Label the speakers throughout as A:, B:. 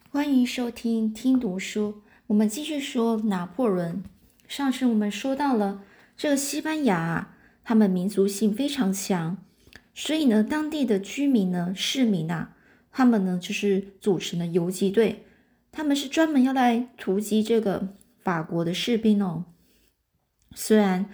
A: 欢迎收听听读书。我们继续说拿破仑。上次我们说到了这个西班牙他们民族性非常强，所以呢，当地的居民呢、市民他们呢就是组成了游击队，他们是专门要来突击这个法国的士兵哦。虽然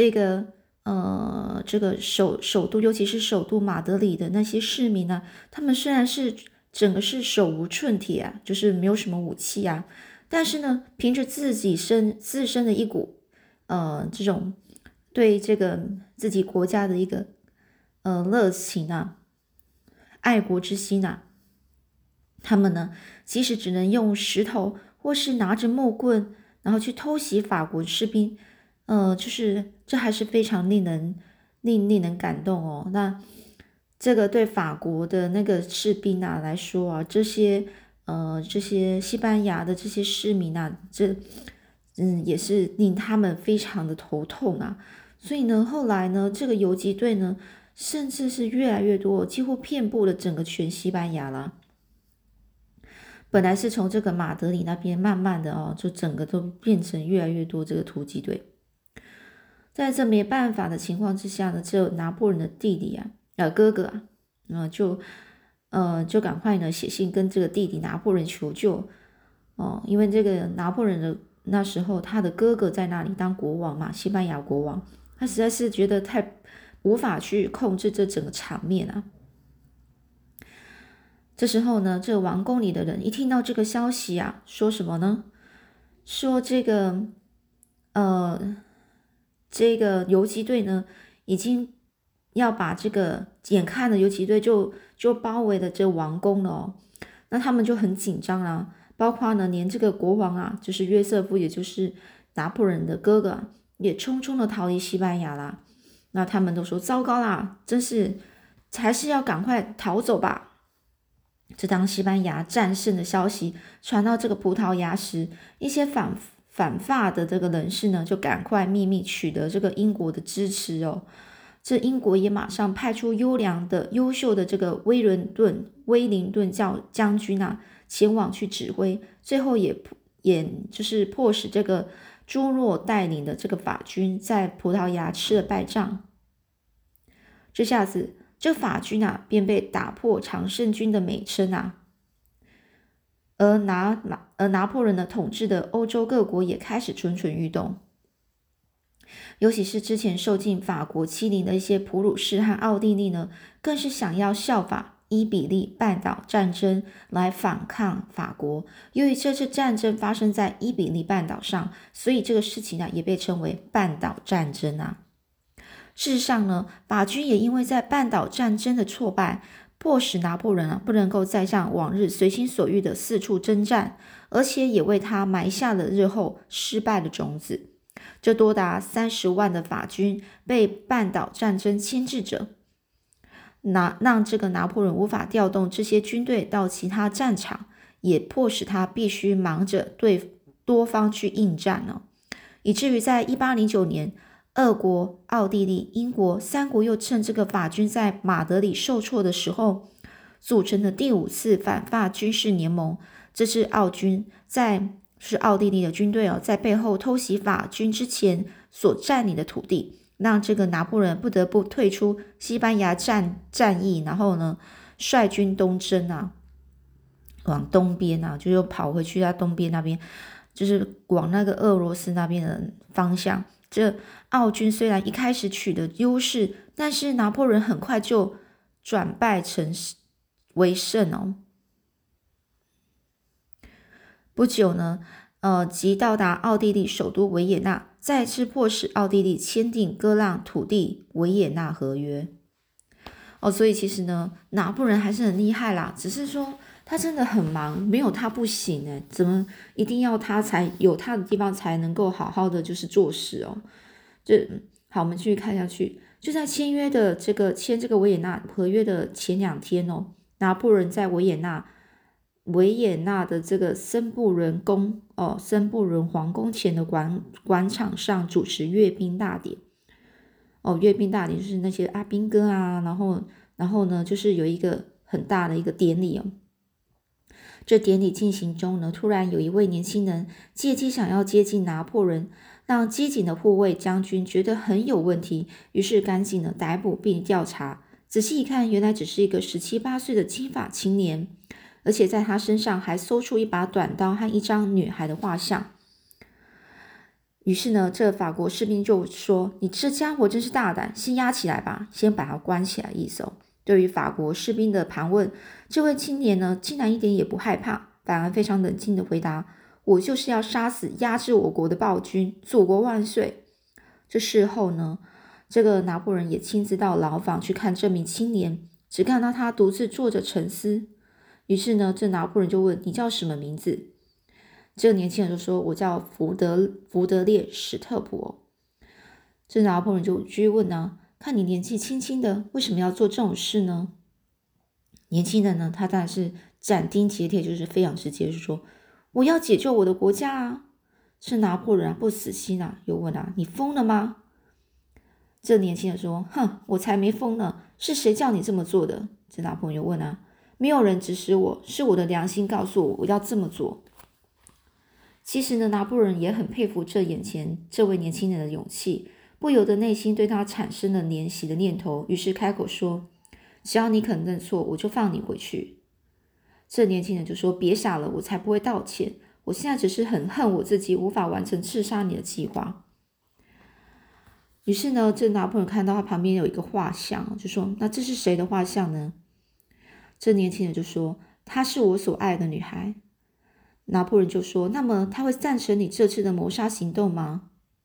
A: 这个首都，尤其是首都马德里的那些市民他们虽然是整个是手无寸铁就是没有什么武器但是呢，凭着自身的一股这种对这个自己国家的一个热情爱国之心他们呢，即使只能用石头或是拿着木棍，然后去偷袭法国士兵，就是这还是非常令人感动哦。那这个对法国的那个士兵来说这些西班牙的这些市民也是令他们非常的头痛所以呢，后来呢，这个游击队呢，甚至是越来越多，几乎遍布了整个全西班牙啦。本来是从这个马德里那边慢慢的就整个都变成越来越多这个突击队。在这没办法的情况之下呢，只有拿破仑的弟弟哥哥就赶快呢写信跟这个弟弟拿破仑求救因为这个拿破仑的那时候他的哥哥在那里当国王嘛，西班牙国王，他实在是觉得太无法去控制这整个场面这时候呢，这个王宫里的人一听到这个消息说什么呢？说这个游击队呢，已经要把这个眼看的游击队就包围了这王宫了那他们就很紧张包括呢，连这个国王就是约瑟夫，也就是拿破仑的哥哥也匆匆的逃离西班牙啦。那他们都说糟糕啦，真是还是要赶快逃走吧。这当西班牙战胜的消息传到这个葡萄牙时，一些反法的这个人士呢，就赶快秘密取得这个英国的支持这英国也马上派出优秀的这个威灵顿将军前往去指挥，最后也就是迫使这个朱诺带领的这个法军在葡萄牙吃了败仗。这下子这法军便被打破常胜军的美称而拿破仑的统治的欧洲各国也开始蠢蠢欲动，尤其是之前受尽法国欺凌的一些普鲁士和奥地利呢，更是想要效法伊比利半岛战争来反抗法国。由于这次战争发生在伊比利半岛上，所以这个事情也被称为半岛战争事实上呢，法军也因为在半岛战争的挫败，迫使拿破仑不能够再像往日随心所欲的四处征战，而且也为他埋下了日后失败的种子。这多达30万的法军被半岛战争牵制着，让这个拿破仑无法调动这些军队到其他战场，也迫使他必须忙着对多方去应战以至于在1809年。俄国、奥地利、英国三国又趁这个法军在马德里受挫的时候，组成了第5次反法军事联盟。这是奥地利的军队在背后偷袭法军之前所占领的土地，让这个拿破仑不得不退出西班牙战役，然后呢，率军东征往东边就又跑回去东边那边，就是往那个俄罗斯那边的方向。这奥军虽然一开始取得优势，但是拿破仑很快就转败为胜不久呢，即到达奥地利首都维也纳，再次迫使奥地利签订割让土地维也纳合约。所以其实呢，拿破仑还是很厉害啦，只是说他真的很忙，没有他不行怎么一定要他才有他的地方才能够好好的就是做事好，我们继续看下去。就在签这个维也纳合约的前2天拿破仑在维也纳的这个森布伦皇宫前的广场上主持阅兵大典。阅兵大典就是那些阿兵哥然后呢，就是有一个很大的一个典礼这典礼进行中呢，突然有一位年轻人借机想要接近拿破仑，让机警的护卫将军觉得很有问题，于是赶紧的逮捕并调查。仔细一看，原来只是一个17、18岁的金发青年，而且在他身上还搜出一把短刀和一张女孩的画像。于是呢，这法国士兵就说：“你这家伙真是大胆，先押起来吧，先把他关起来。”意思哦。对于法国士兵的盘问，这位青年呢，竟然一点也不害怕，反而非常冷静的回答：“我就是要杀死压制我国的暴君，祖国万岁！”这事后呢，这个拿破仑也亲自到牢房去看这名青年，只看到他独自坐着沉思。于是呢，这拿破仑就问：“你叫什么名字？”这个年轻人就说：“我叫福德烈史特普哦。”这拿破仑就追问呢：“看你年纪轻轻的，为什么要做这种事呢？”年轻人呢，他当然是斩钉截铁，就是非常直接，就说：“我要解救我的国家啊！”这拿破仑不死心啊，又问啊：“你疯了吗？”这年轻人说：“哼，我才没疯呢，是谁叫你这么做的？”这拿破仑又问啊：“没有人指使我，是我的良心告诉我，我要这么做。”其实呢，拿破仑也很佩服眼前这位年轻人的勇气，不由得内心对他产生了怜惜的念头，于是开口说：“只要你肯认错，我就放你回去。”这年轻人就说：“别傻了，我才不会道歉，我现在只是很恨我自己无法完成刺杀你的计划。”于是呢，这拿破仑看到他旁边有一个画像，就说：“那这是谁的画像呢？”这年轻人就说：“她是我所爱的女孩。”拿破仑就说：“那么他会赞成你这次的谋杀行动吗？”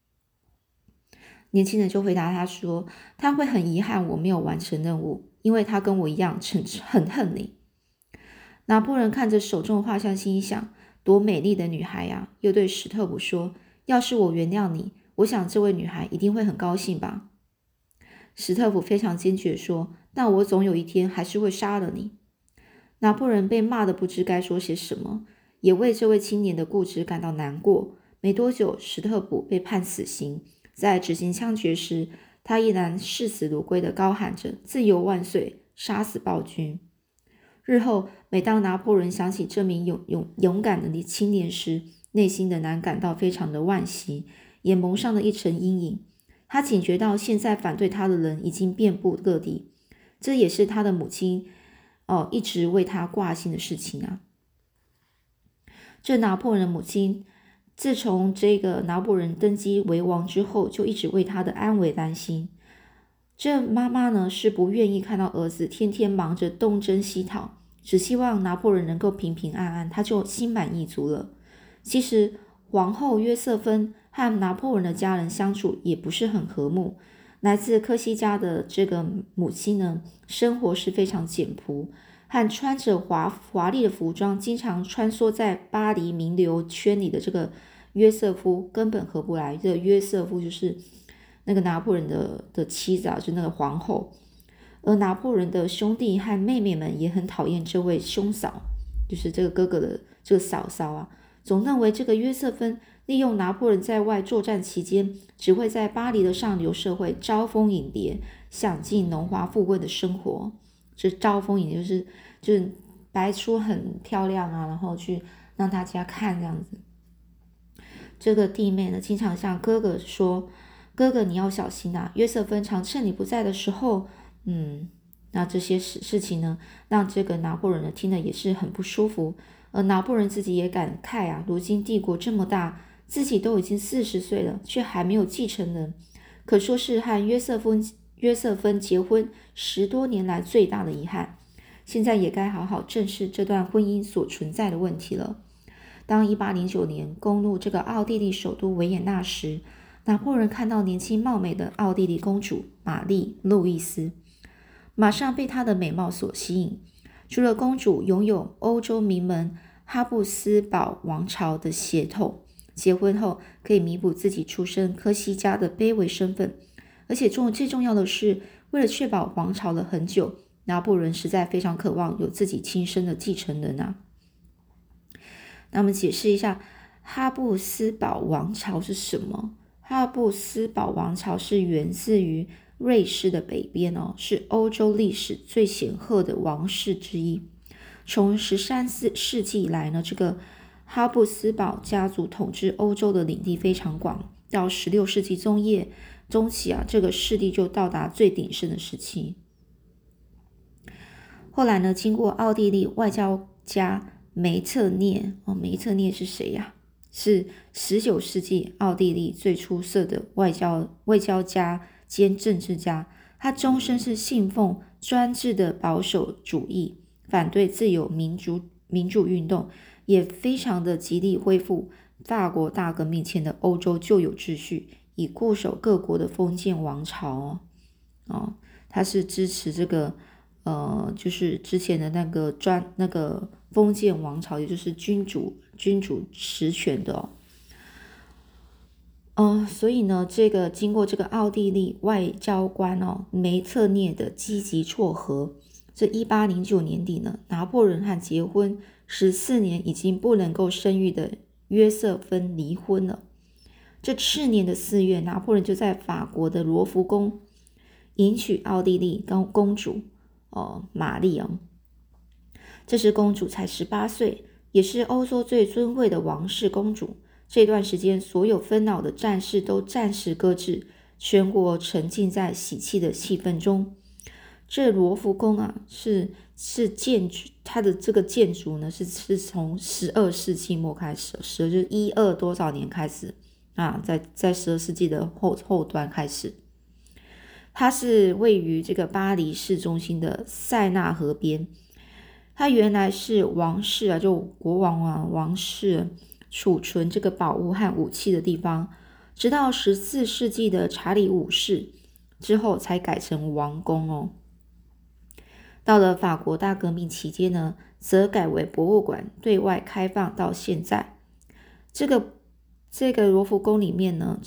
A: 年轻人就回答他说：“他会很遗憾我没有完成任务，因为他跟我一样很恨你。”拿破仑看着手中的画像，心想：“多美丽的女孩呀！”又对史特普说：“要是我原谅你，我想这位女孩一定会很高兴吧？”史特普非常坚决说：“但我总有一天还是会杀了你。”拿破仑被骂得不知该说些什么，也为这位青年的固执感到难过。没多久，史特普被判死刑，在执行枪决时，他依然视死如归地高喊着：“自由万岁！杀死暴君！”日后，每当拿破仑想起这名勇敢的青年时，内心仍然感到非常的惋惜，也蒙上了一层阴影。他警觉到现在反对他的人已经遍布各地，这也是他的母亲一直为他挂心的事情啊。这拿破仑的母亲自从这个拿破仑登基为王之后，就一直为他的安危担心。这妈妈呢，是不愿意看到儿子天天忙着东征西讨，只希望拿破仑能够平平安安，他就心满意足了。其实皇后约瑟芬和拿破仑的家人相处也不是很和睦。来自科西嘉的这个母亲呢，生活是非常简朴，和穿着华丽的服装，经常穿梭在巴黎名流圈里的这个约瑟夫根本合不来。这个约瑟夫就是那个拿破仑的妻子啊，就是那个皇后。而拿破仑的兄弟和妹妹们也很讨厌这位兄嫂，就是这个哥哥的这个嫂嫂啊，总认为这个约瑟芬利用拿破仑在外作战期间，只会在巴黎的上流社会招蜂引蝶，享尽荣华富贵的生活。这招蜂引蝶就是摆出很漂亮啊，然后去让大家看这样子。这个弟妹呢，经常向哥哥说：“哥哥，你要小心啊！约瑟芬常趁你不在的时候，那这些事情呢，让这个拿破仑呢听了也是很不舒服。而拿破仑自己也感慨啊，如今帝国这么大，自己都已经40岁了，却还没有继承人，可说是和约瑟芬结婚10多年来最大的遗憾。现在也该好好正视这段婚姻所存在的问题了。”当1809年攻入这个奥地利首都维也纳时，拿破仑看到年轻貌美的奥地利公主玛丽·路易斯，马上被她的美貌所吸引。除了公主拥有欧洲名门哈布斯堡王朝的血统，结婚后可以弥补自己出身科西嘉的卑微身份，而且最重要的是，为了确保王朝的恒久，拿破仑实在非常渴望有自己亲生的继承人啊。那我们解释一下哈布斯堡王朝是什么？哈布斯堡王朝是源自于瑞士的北边是欧洲历史最显赫的王室之一。 从13世纪以来呢，这个哈布斯堡家族统治欧洲的领地非常广，到16世纪中期啊，这个势力就到达最鼎盛的时期。后来呢，经过奥地利外交家梅特涅梅特涅是谁呀？是19世纪奥地利最出色的外交家兼政治家。他终身是信奉专制的保守主义，反对自由民主运动，也非常的极力恢复法国大革命前的欧洲旧有秩序，以固守各国的封建王朝他是支持这个就是之前的那个封建王朝，也就是君主实权的所以呢，经过这个奥地利外交官梅特涅的积极撮合，这1809年底呢，拿破仑和结婚14年已经不能够生育的约瑟芬离婚了。这次年的4月，拿破仑就在法国的罗浮宫迎娶奥地利公主玛丽这时公主才18岁，也是欧洲最尊贵的王室公主。这段时间，所有纷扰的战事都暂时搁置，全国沉浸在喜气的气氛中。这罗浮宫是建筑，它的这个建筑呢是从12世纪末开始就是12多少年开始在12世纪的后端开始。它是位于这个巴黎市中心的塞纳河边。它原来是王室就国王王室储存这个宝物和武器的地方，直到14世纪的查理五世之后才改成王宫到了法国大革命期间呢，则改为博物馆，对外开放到现在。这个罗浮宫里面呢，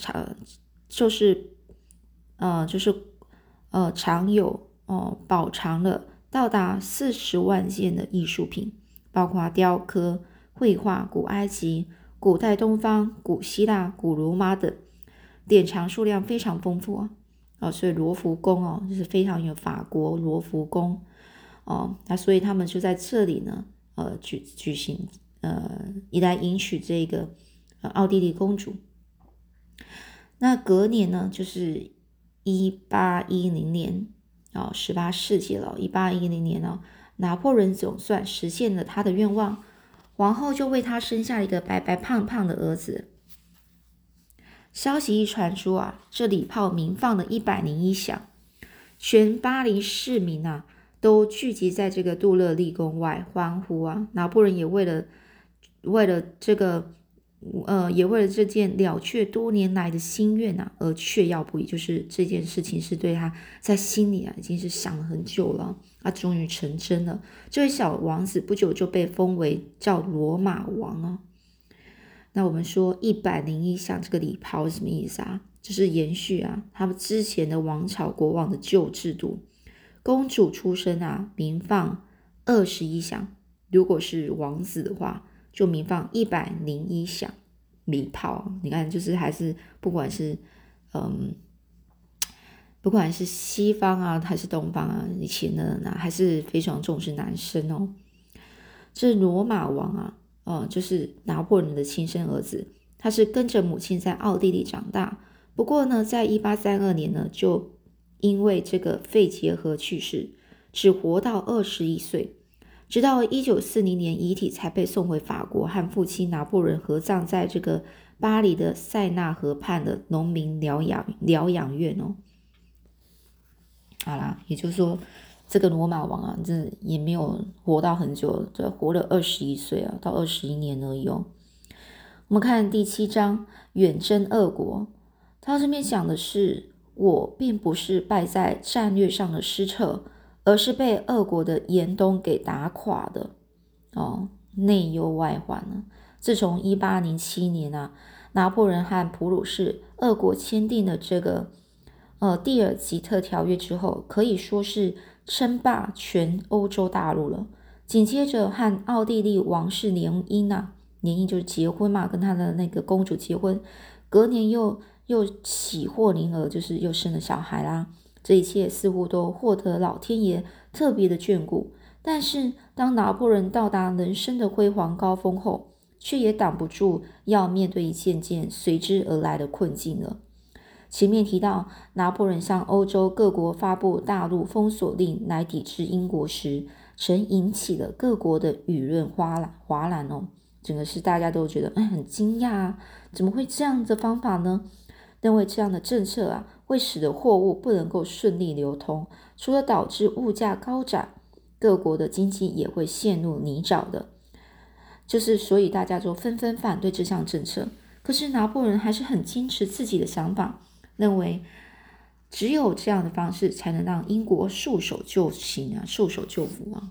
A: 保藏了到达40万件的艺术品，包括雕刻、绘画、古埃及、古代东方、古希腊、古罗马等，典藏数量非常丰富所以罗浮宫就是非常有法国罗浮宫所以他们就在这里呢举行来迎娶这个奥地利公主。那隔年呢，就是1810年18世纪了，1810年拿破仑总算实现了他的愿望，皇后就为他生下一个白白胖胖的儿子。消息一传出这礼炮鸣放了101响，全巴黎市民都聚集在这个杜勒利宫外欢呼拿破仑也为了这个也为了这件了却多年来的心愿而雀跃不已，就是这件事情是对他在心里已经是想了很久了终于成真了。这位小王子不久就被封为叫罗马王那我们说101响这个礼炮是什么意思就是延续他们之前的王朝国王的旧制度，公主出生鸣放21响，如果是王子的话就鸣放101响礼炮。你看，就是还是不管是西方还是东方以前的人还是非常重视男生这罗马王就是拿破仑的亲生儿子，他是跟着母亲在奥地利长大，不过呢，在1832年呢，就因为这个肺结核去世，只活到21岁。直到1940年，遗体才被送回法国，和父亲拿破仑合葬在这个巴黎的塞纳河畔的农民疗养院好啦，也就是说，这个罗马王这也没有活到很久，就活了21岁到21年而已我们看第7章，远征俄国。他这边讲的是，我并不是败在战略上的失策，而是被俄国的严冬给打垮的内忧外患自从1807年拿破仑和普鲁士俄国签订了这个蒂尔吉特条约之后，可以说是称霸全欧洲大陆了。紧接着和奥地利王室联姻就是结婚跟他的那个公主结婚，隔年又喜获麟儿，就是又生了小孩啦。这一切似乎都获得老天爷特别的眷顾， 但是当拿破仑到达人生的辉煌高峰后，却也挡不住要面对一件件随之而来的困境了。前面提到，拿破仑向欧洲各国发布大陆封锁令来抵制英国时，曾引起了各国的舆论哗然哦，整个是大家都觉得很惊讶啊，怎么会这样的方法呢？认为这样的政策啊，会使得货物不能够顺利流通，除了导致物价高涨，各国的经济也会陷入泥沼的。所以大家就纷纷反对这项政策。可是拿破仑还是很坚持自己的想法，认为只有这样的方式才能让英国束手就擒啊，束手就缚啊。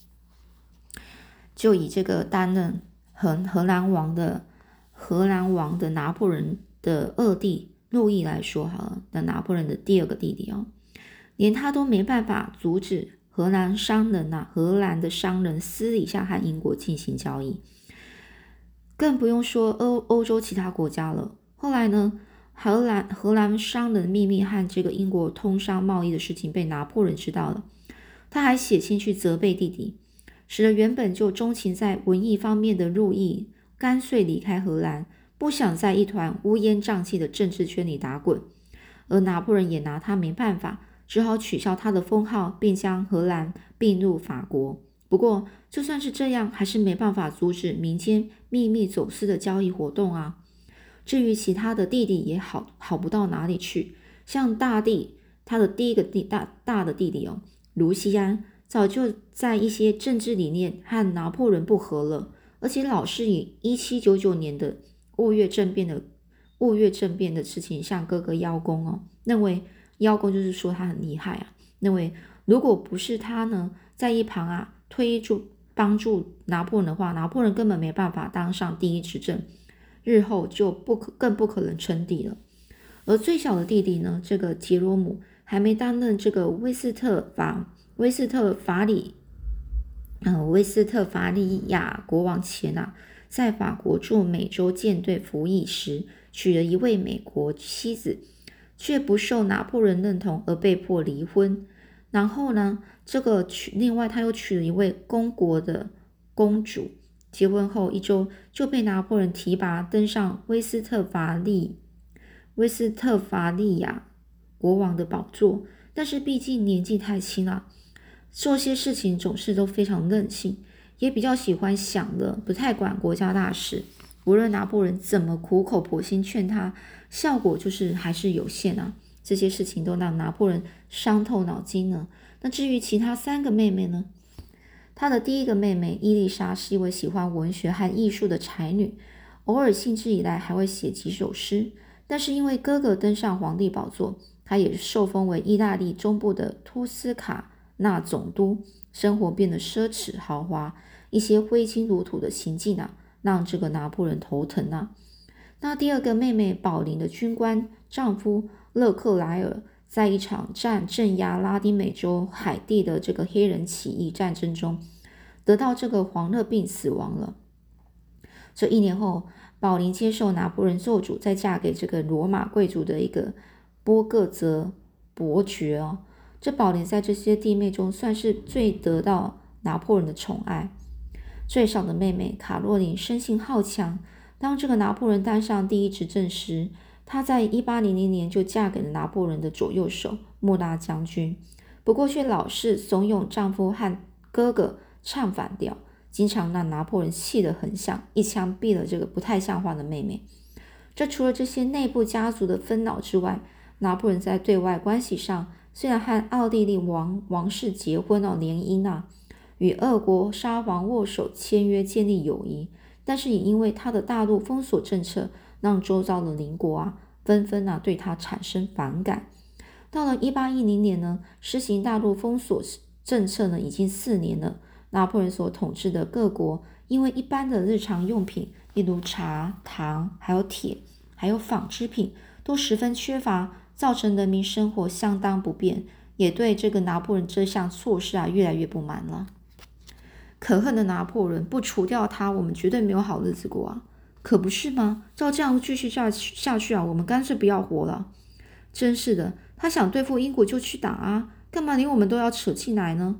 A: 就以这个担任荷兰王的拿破仑的二弟路易来说好了，那拿破仑的第二个弟弟哦，连他都没办法阻止荷兰的商人私底下和英国进行交易，更不用说欧洲其他国家了。后来呢，荷兰商人秘密和这个英国通商贸易的事情被拿破仑知道了，他还写信去责备弟弟，使得原本就钟情在文艺方面的路易干脆离开荷兰，不想在一团乌烟瘴气的政治圈里打滚。而拿破仑也拿他没办法，只好取消他的封号，并将荷兰并入法国。不过就算是这样，还是没办法阻止民间秘密走私的交易活动啊。至于其他的弟弟也好不到哪里去，像大弟，他的第一个大的弟弟卢西安，早就在一些政治理念和拿破仑不合了，而且老是以1799年的雾月政变的事情向哥哥邀功认为邀功就是说他很厉害啊，认为如果不是他呢，在一旁帮助拿破仑的话，拿破仑根本没办法当上第一执政，日后就更不可能称帝了。而最小的弟弟呢，这个杰罗姆还没担任这个威斯特法利亚国王前啊，在法国驻美洲舰队服役时，娶了一位美国妻子，却不受拿破仑认同而被迫离婚。然后呢，另外他又娶了一位公国的公主，结婚后1周就被拿破仑提拔登上威斯特法利亚国王的宝座。但是毕竟年纪太轻了，做些事情总是都非常任性，也比较喜欢享乐，不太管国家大事。无论拿破仑怎么苦口婆心劝他，效果就是还是有限啊。这些事情都让拿破仑伤透脑筋了。那至于其他3个妹妹呢？他的第一个妹妹伊丽莎是一位喜欢文学和艺术的才女，偶尔兴致以来还会写几首诗。但是因为哥哥登上皇帝宝座，她也受封为意大利中部的托斯卡纳总督，生活变得奢侈豪华，一些挥金如土的行径让这个拿破仑头疼啊。那第二个妹妹宝琳的军官丈夫勒克莱尔，在一场镇压拉丁美洲海地的这个黑人起义战争中，得到这个黄热病死亡了。这1年后，宝琳接受拿破仑做主，再嫁给这个罗马贵族的一个波各泽伯爵这宝琳在这些弟妹中算是最得到拿破仑的宠爱。最小的妹妹卡洛琳生性好强，当这个拿破仑当上第一执政时，她在1800年就嫁给了拿破仑的左右手穆拉将军，不过却老是怂恿丈夫和哥哥唱反调，经常让拿破仑气得很想一枪毙了这个不太像话的妹妹。除了这些内部家族的纷扰之外，拿破仑在对外关系上虽然和奥地利王室结婚联姻与俄国沙皇握手签约建立友谊，但是也因为他的大陆封锁政策，让周遭的邻国纷纷对他产生反感。到了1810年呢，实行大陆封锁政策呢已经4年了，拿破仑所统治的各国因为一般的日常用品，例如茶、糖、还有铁、还有纺织品都十分缺乏，造成人民生活相当不便，也对这个拿破仑这项措施越来越不满了。可恨的拿破仑，不除掉他，我们绝对没有好日子过可不是吗？照这样继续下去我们干脆不要活了。真是的，他想对付英国就去打干嘛连我们都要扯进来呢？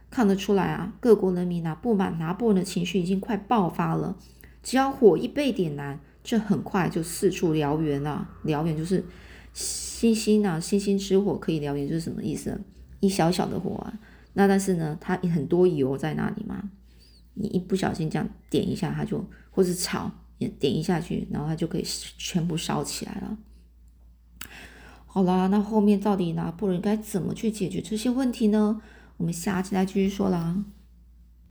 A: 看得出来啊，各国人民啊不满拿破仑的情绪已经快爆发了。只要火一被点燃，这很快就四处燎原了。燎原就是星星啊，星星之火可以燎原，就是什么意思？一小小的火啊，那但是呢，它很多油在那里嘛，你一不小心这样点一下，它就或是草也点一下去，然后它就可以全部烧起来了。好啦，那后面到底拿破仑该怎么去解决这些问题呢？我们下期再继续说啦。